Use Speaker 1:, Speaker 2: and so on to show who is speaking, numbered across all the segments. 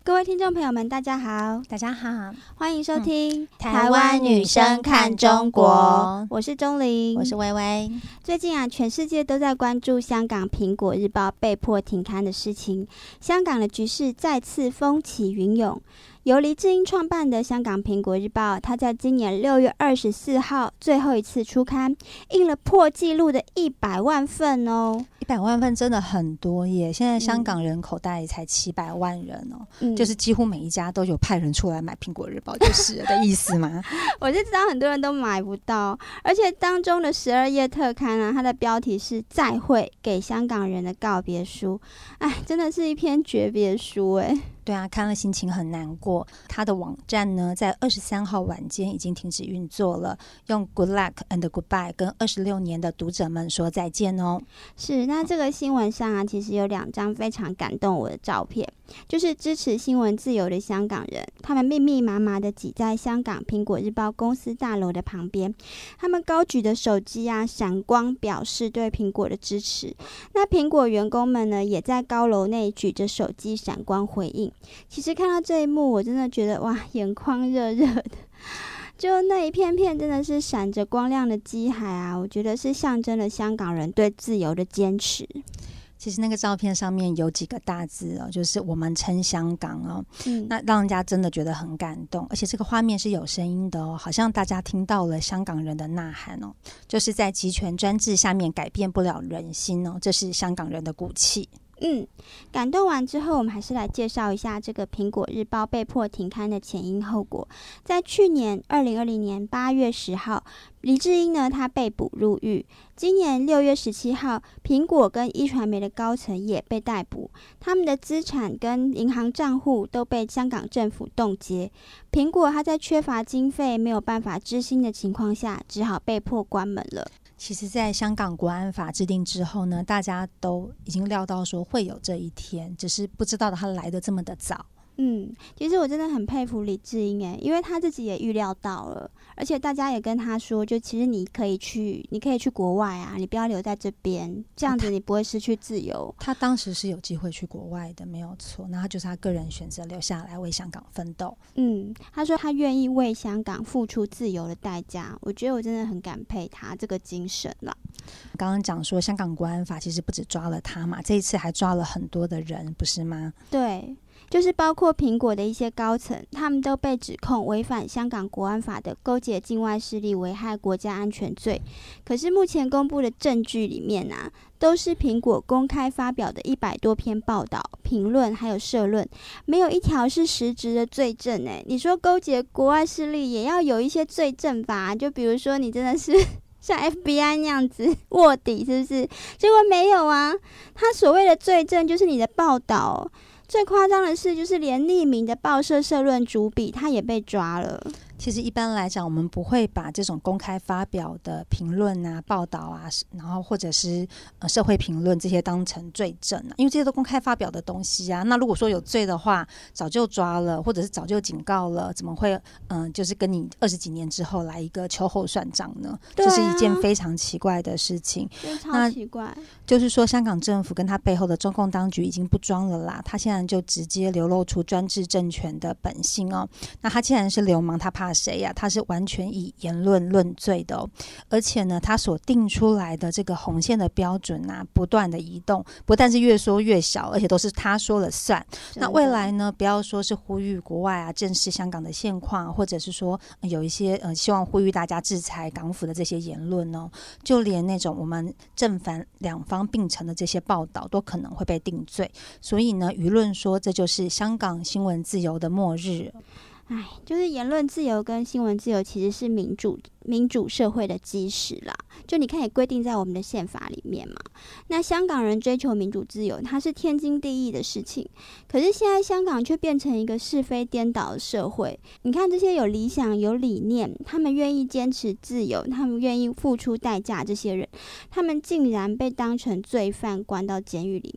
Speaker 1: 各位听众朋友们，大家好，
Speaker 2: 大家好，
Speaker 1: 欢迎收听、
Speaker 2: 台湾女生看中国。
Speaker 1: 我是钟玲，
Speaker 2: 我是薇薇。
Speaker 1: 最近啊，全世界都在关注香港《苹果日报》被迫停刊的事情，香港的局势再次风起云涌。由黎智英创办的香港《苹果日报》，它在今年6月24号最后一次出刊，印了破纪录的100万份哦。
Speaker 2: 100万份真的很多耶！现在香港人口大概才700万人哦，就是几乎每一家都有派人出来买《苹果日报》就是了的意思吗？
Speaker 1: 我就知道很多人都买不到，而且当中的12页特刊啊，它的标题是再会给香港人的告别书，哎，真的是一篇诀别书哎。
Speaker 2: 对啊，看了心情很难过。他的网站呢，在23号晚间已经停止运作了，用 Good luck and goodbye 跟26年的读者们说再见哦。
Speaker 1: 是，那这个新闻上啊，其实有2张非常感动我的照片，就是支持新闻自由的香港人，他们密密麻麻的挤在香港苹果日报公司大楼的旁边，他们高举的手机啊，闪光表示对苹果的支持。那苹果员工们呢，也在高楼内举着手机闪光回应。其实看到这一幕，我真的觉得哇，眼眶热热的。就那一片片真的是闪着光亮的机海啊，我觉得是象征了香港人对自由的坚持。
Speaker 2: 其实那个照片上面有几个大字哦，就是我们称香港哦，那让人家真的觉得很感动，而且这个画面是有声音的哦，好像大家听到了香港人的呐喊哦，就是在集权专制下面改变不了人心哦，这是香港人的骨气。
Speaker 1: 感动完之后，我们还是来介绍一下这个苹果日报被迫停刊的前因后果。在去年2020年8月10号，黎智英呢，他被捕入狱。今年6月17号，苹果跟一传媒的高层也被逮捕，他们的资产跟银行账户都被香港政府冻结。苹果他在缺乏经费、没有办法支薪的情况下，只好被迫关门了。
Speaker 2: 其实在香港国安法制定之后呢，大家都已经料到说会有这一天，只是不知道它来得这么的早。
Speaker 1: 其实我真的很佩服黎智英耶，因为他自己也预料到了，而且大家也跟他说，就其实你可以去国外啊，你不要留在这边，这样子你不会失去自由。
Speaker 2: 他当时是有机会去国外的，没有错，那他就是他个人选择留下来为香港奋斗。
Speaker 1: 他说他愿意为香港付出自由的代价，我觉得我真的很感佩他这个精神啦。
Speaker 2: 刚刚讲说香港国安法其实不止抓了他嘛，这一次还抓了很多的人，不是吗？
Speaker 1: 对，就是包括苹果的一些高层，他们都被指控违反香港国安法的勾结境外势力危害国家安全罪。可是目前公布的证据里面啊，都是苹果公开发表的100多篇报道、评论还有社论，没有一条是实质的罪证耶。你说勾结国外势力也要有一些罪证吧？就比如说你真的是像 FBI 那样子卧底，是不是？结果没有啊，他所谓的罪证就是你的报道。最夸张的是，就是连匿名的报社社论主笔他也被抓了。
Speaker 2: 其实一般来讲，我们不会把这种公开发表的评论啊、报道啊，然后或者是社会评论这些当成罪证啊，因为这些都公开发表的东西啊。那如果说有罪的话，早就抓了，或者是早就警告了，怎么会就是跟你20几年之后来一个秋后算账呢？这是一件非常奇怪的事情，
Speaker 1: 超奇怪。
Speaker 2: 就是说，香港政府跟他背后的中共当局已经不装了啦，他现在就直接流露出专制政权的本性哦。那他既然是流氓，他怕谁呀？他是完全以言论论罪的哦，而且呢，他所定出来的这个红线的标准啊，不断的移动，不但是越缩越小，而且都是他说了算。那未来呢，不要说是呼吁国外啊正视香港的现况，或者是说有一些希望呼吁大家制裁港府的这些言论哦，就连那种我们正反两方并陈的这些报道都可能会被定罪。所以呢，舆论说这就是香港新闻自由的末日。
Speaker 1: 就是言论自由跟新闻自由其实是民主社会的基石啦，就你看也规定在我们的宪法里面嘛。那香港人追求民主自由，它是天经地义的事情。可是现在香港却变成一个是非颠倒的社会。你看这些有理想、有理念，他们愿意坚持自由，他们愿意付出代价，这些人，他们竟然被当成罪犯关到监狱里面。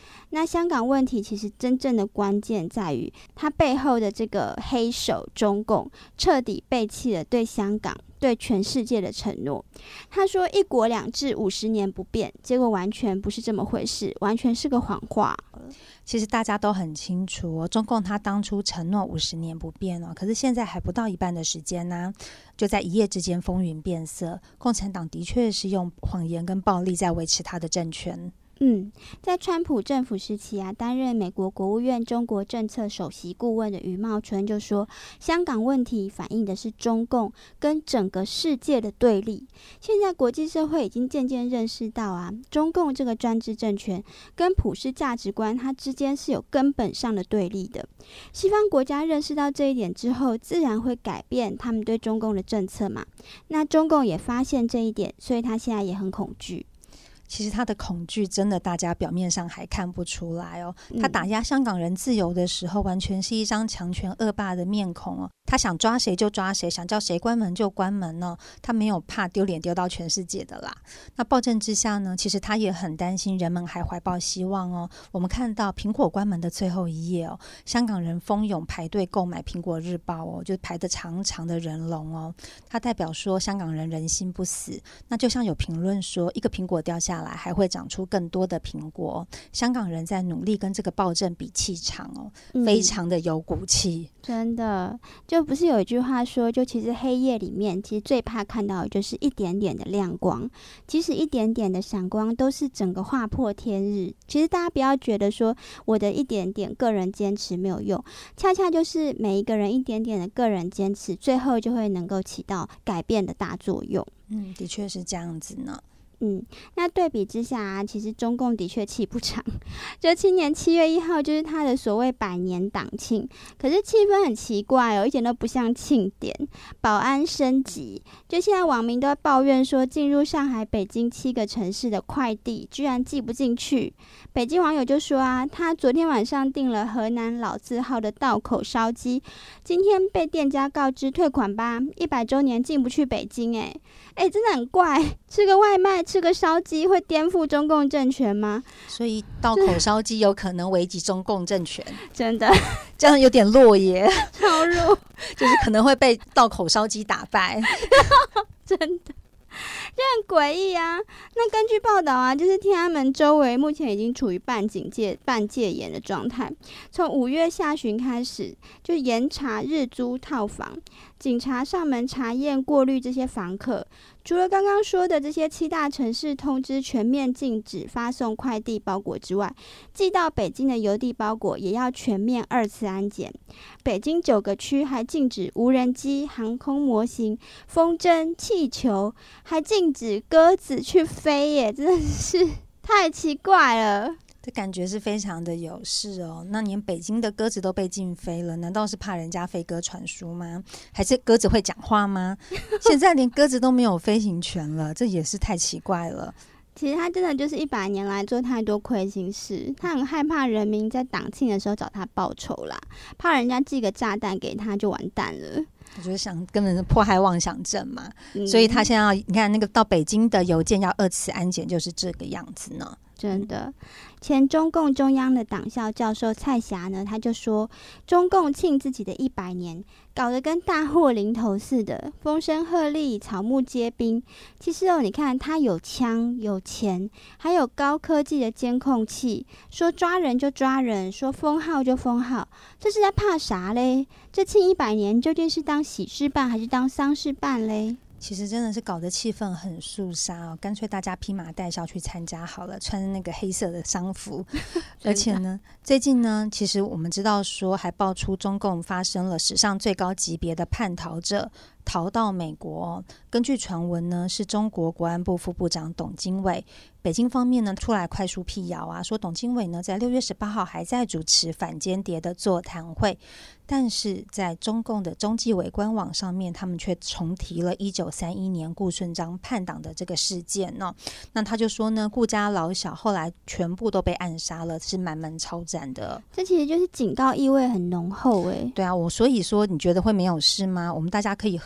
Speaker 1: 那香港问题其实真正的关键在于，它背后的这个黑手中共彻底背弃了对香港、对全世界的承诺。他说一国两制50年不变，结果完全不是这么回事，完全是个谎话。
Speaker 2: 其实大家都很清楚中共他当初承诺50年不变可是现在还不到一半的时间就在一夜之间风云变色。共产党的确是用谎言跟暴力在维持他的政权。
Speaker 1: 在川普政府时期担任美国国务院中国政策首席顾问的余茂春就说，香港问题反映的是中共跟整个世界的对立。现在国际社会已经渐渐认识到中共这个专制政权跟普世价值观它之间是有根本上的对立的。西方国家认识到这一点之后，自然会改变他们对中共的政策嘛。那中共也发现这一点，所以他现在也很恐惧。
Speaker 2: 其实他的恐惧真的大家表面上还看不出来他打压香港人自由的时候完全是一张强权恶霸的面孔他想抓谁就抓谁，想叫谁关门就关门他没有怕丢脸丢到全世界的啦。那暴政之下呢，其实他也很担心人们还怀抱希望我们看到苹果关门的最后一页香港人蜂拥排队购买苹果日报就排得长长的人龙他代表说香港人人心不死。那就像有评论说，一个苹果掉下来还会长出更多的苹果。香港人在努力跟这个暴政比气场非常的有骨气。
Speaker 1: 真的，就不是有一句话说，就其实黑夜里面其实最怕看到的就是一点点的亮光，即使一点点的闪光都是整个划破天日。其实大家不要觉得说我的一点点个人坚持没有用，恰恰就是每一个人一点点的个人坚持，最后就会能够起到改变的大作用。
Speaker 2: 的确是这样子呢。
Speaker 1: 那对比之下其实中共的确气不长。就今年7月1号就是他的所谓100年党庆，可是气氛很奇怪一点都不像庆典，保安升级。就现在网民都在抱怨说，进入上海、北京7个城市的快递居然寄不进去。北京网友就说他昨天晚上订了河南老字号的道口烧鸡，今天被店家告知退款吧，100周年进不去北京。真的很怪，吃个外卖吃个烧鸡会颠覆中共政权吗？
Speaker 2: 所以道口烧鸡有可能危及中共政权
Speaker 1: 真的
Speaker 2: 这样有点弱耶
Speaker 1: 超弱
Speaker 2: 就是可能会被道口烧鸡打败
Speaker 1: 真的就很诡异那根据报道就是天安门周围目前已经处于半警戒半戒严的状态。从5月下旬开始就严查日租套房，警察上门查验过滤这些房客。除了刚刚说的这些7大城市通知全面禁止发送快递包裹之外，寄到北京的邮递包裹也要全面2次安检。北京9个区还禁止无人机、航空模型、风筝、气球，还禁止鸽子去飞耶，真的是太奇怪了。
Speaker 2: 这感觉是非常的有事那连北京的鸽子都被禁飞了，难道是怕人家飞鸽传书吗？还是鸽子会讲话吗？现在连鸽子都没有飞行权了，这也是太奇怪了。
Speaker 1: 其实他真的就是100年来做太多亏心事，他很害怕人民在党庆的时候找他报仇啦，怕人家寄个炸弹给他就完蛋了。
Speaker 2: 我觉得根本是迫害妄想症嘛所以他现在你看那个到北京的邮件要2次安检，就是这个样子呢。
Speaker 1: 真的，前中共中央的党校教授蔡霞呢，他就说，中共庆自己的100年，搞得跟大祸临头似的，风声鹤唳，草木皆兵。其实你看他有枪有钱，还有高科技的监控器，说抓人就抓人，说封号就封号，这是在怕啥嘞？这庆100年究竟是当喜事办还是当丧事办嘞？
Speaker 2: 其实真的是搞得气氛很肃杀干脆大家披麻戴孝去参加好了，穿那个黑色的丧服而且呢，最近呢，其实我们知道说还爆出中共发生了史上最高级别的叛逃者逃到美国根据传闻呢，是中国国安部副部长董经纬。北京方面呢出来快速辟谣说董经纬呢在6月18号还在主持反间谍的座谈会，但是在中共的中纪委官网上面，他们却重提了1931年顾顺章叛党的这个事件那他就说呢，顾家老小后来全部都被暗杀了，是满门抄斩的。
Speaker 1: 这其实就是警告意味很浓厚
Speaker 2: 对啊，所以说你觉得会没有事吗？我们大家可以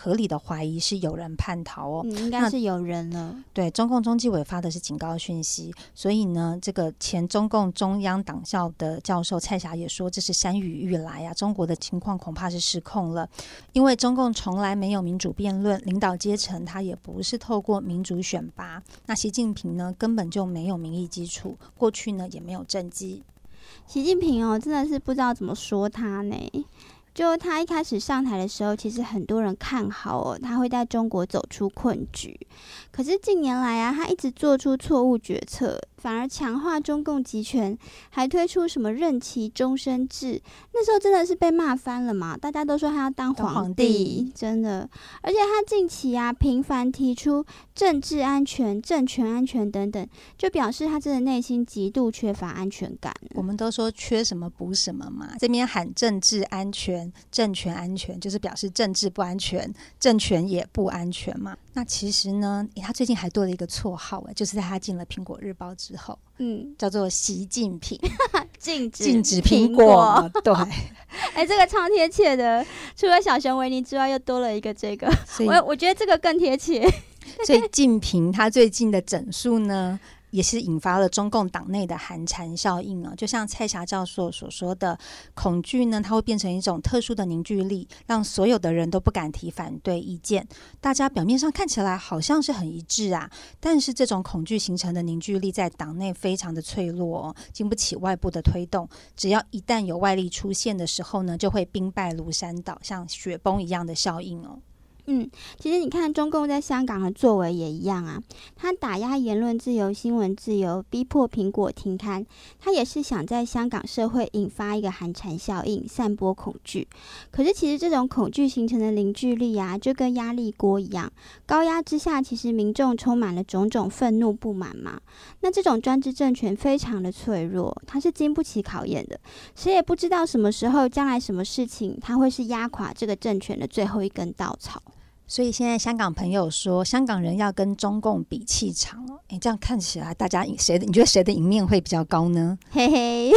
Speaker 2: 合理的怀疑是有人叛逃哦。
Speaker 1: 应该是有人了。
Speaker 2: 对，中共中纪委发的是警告讯息，所以呢，这个前中共中央党校的教授蔡霞也说，这是山雨欲来啊，中国的情况恐怕是失控了。因为中共从来没有民主辩论，领导阶层他也不是透过民主选拔，那习近平呢根本就没有民意基础，过去呢也没有政绩。
Speaker 1: 习近平真的是不知道怎么说他呢。就他一开始上台的时候，其实很多人看好他会在中国走出困局。可是近年来啊，他一直做出错误决策，反而强化中共集权，还推出什么任期终身制，那时候真的是被骂翻了嘛，大家都说他要当皇帝，真的。而且他近期啊频繁提出政治安全、政权安全等等，就表示他真的内心极度缺乏安全感。
Speaker 2: 我们都说缺什么补什么嘛，这边喊政治安全、政权安全，就是表示政治不安全，政权也不安全嘛。那其实呢，他最近还多了一个绰号，就是在他进了苹果日报之后，叫做习近平禁止苹果。对，
Speaker 1: 这个超贴切的，除了小熊维尼之外，又多了一个这个，我觉得这个更贴切。
Speaker 2: 所以近平他最近的整数呢，也是引发了中共党内的寒蝉效应啊。就像蔡霞教授所说的，恐惧呢，它会变成一种特殊的凝聚力，让所有的人都不敢提反对意见。大家表面上看起来好像是很一致啊，但是这种恐惧形成的凝聚力在党内非常的脆弱经不起外部的推动。只要一旦有外力出现的时候呢，就会兵败如山倒，像雪崩一样的效应哦。
Speaker 1: 其实你看中共在香港的作为也一样啊，他打压言论自由、新闻自由，逼迫苹果停刊，他也是想在香港社会引发一个寒蝉效应，散播恐惧。可是其实这种恐惧形成的凝聚力啊，就跟压力锅一样，高压之下其实民众充满了种种愤怒不满嘛。那这种专制政权非常的脆弱，它是经不起考验的，谁也不知道什么时候将来什么事情它会是压垮这个政权的最后一根稻草。
Speaker 2: 所以现在香港朋友说香港人要跟中共比气场这样看起来大家你觉得谁的赢面会比较高呢？
Speaker 1: 嘿嘿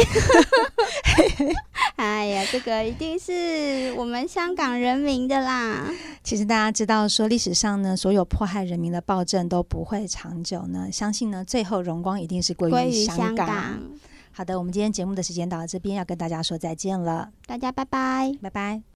Speaker 1: 哎呀，这个一定是我们香港人民的啦。
Speaker 2: 其实大家知道说历史上呢，所有迫害人民的暴政都不会长久呢，相信呢最后荣光一定是归于香港。好的，我们今天节目的时间到了这边，要跟大家说再见了，
Speaker 1: 大家拜拜，
Speaker 2: 拜拜。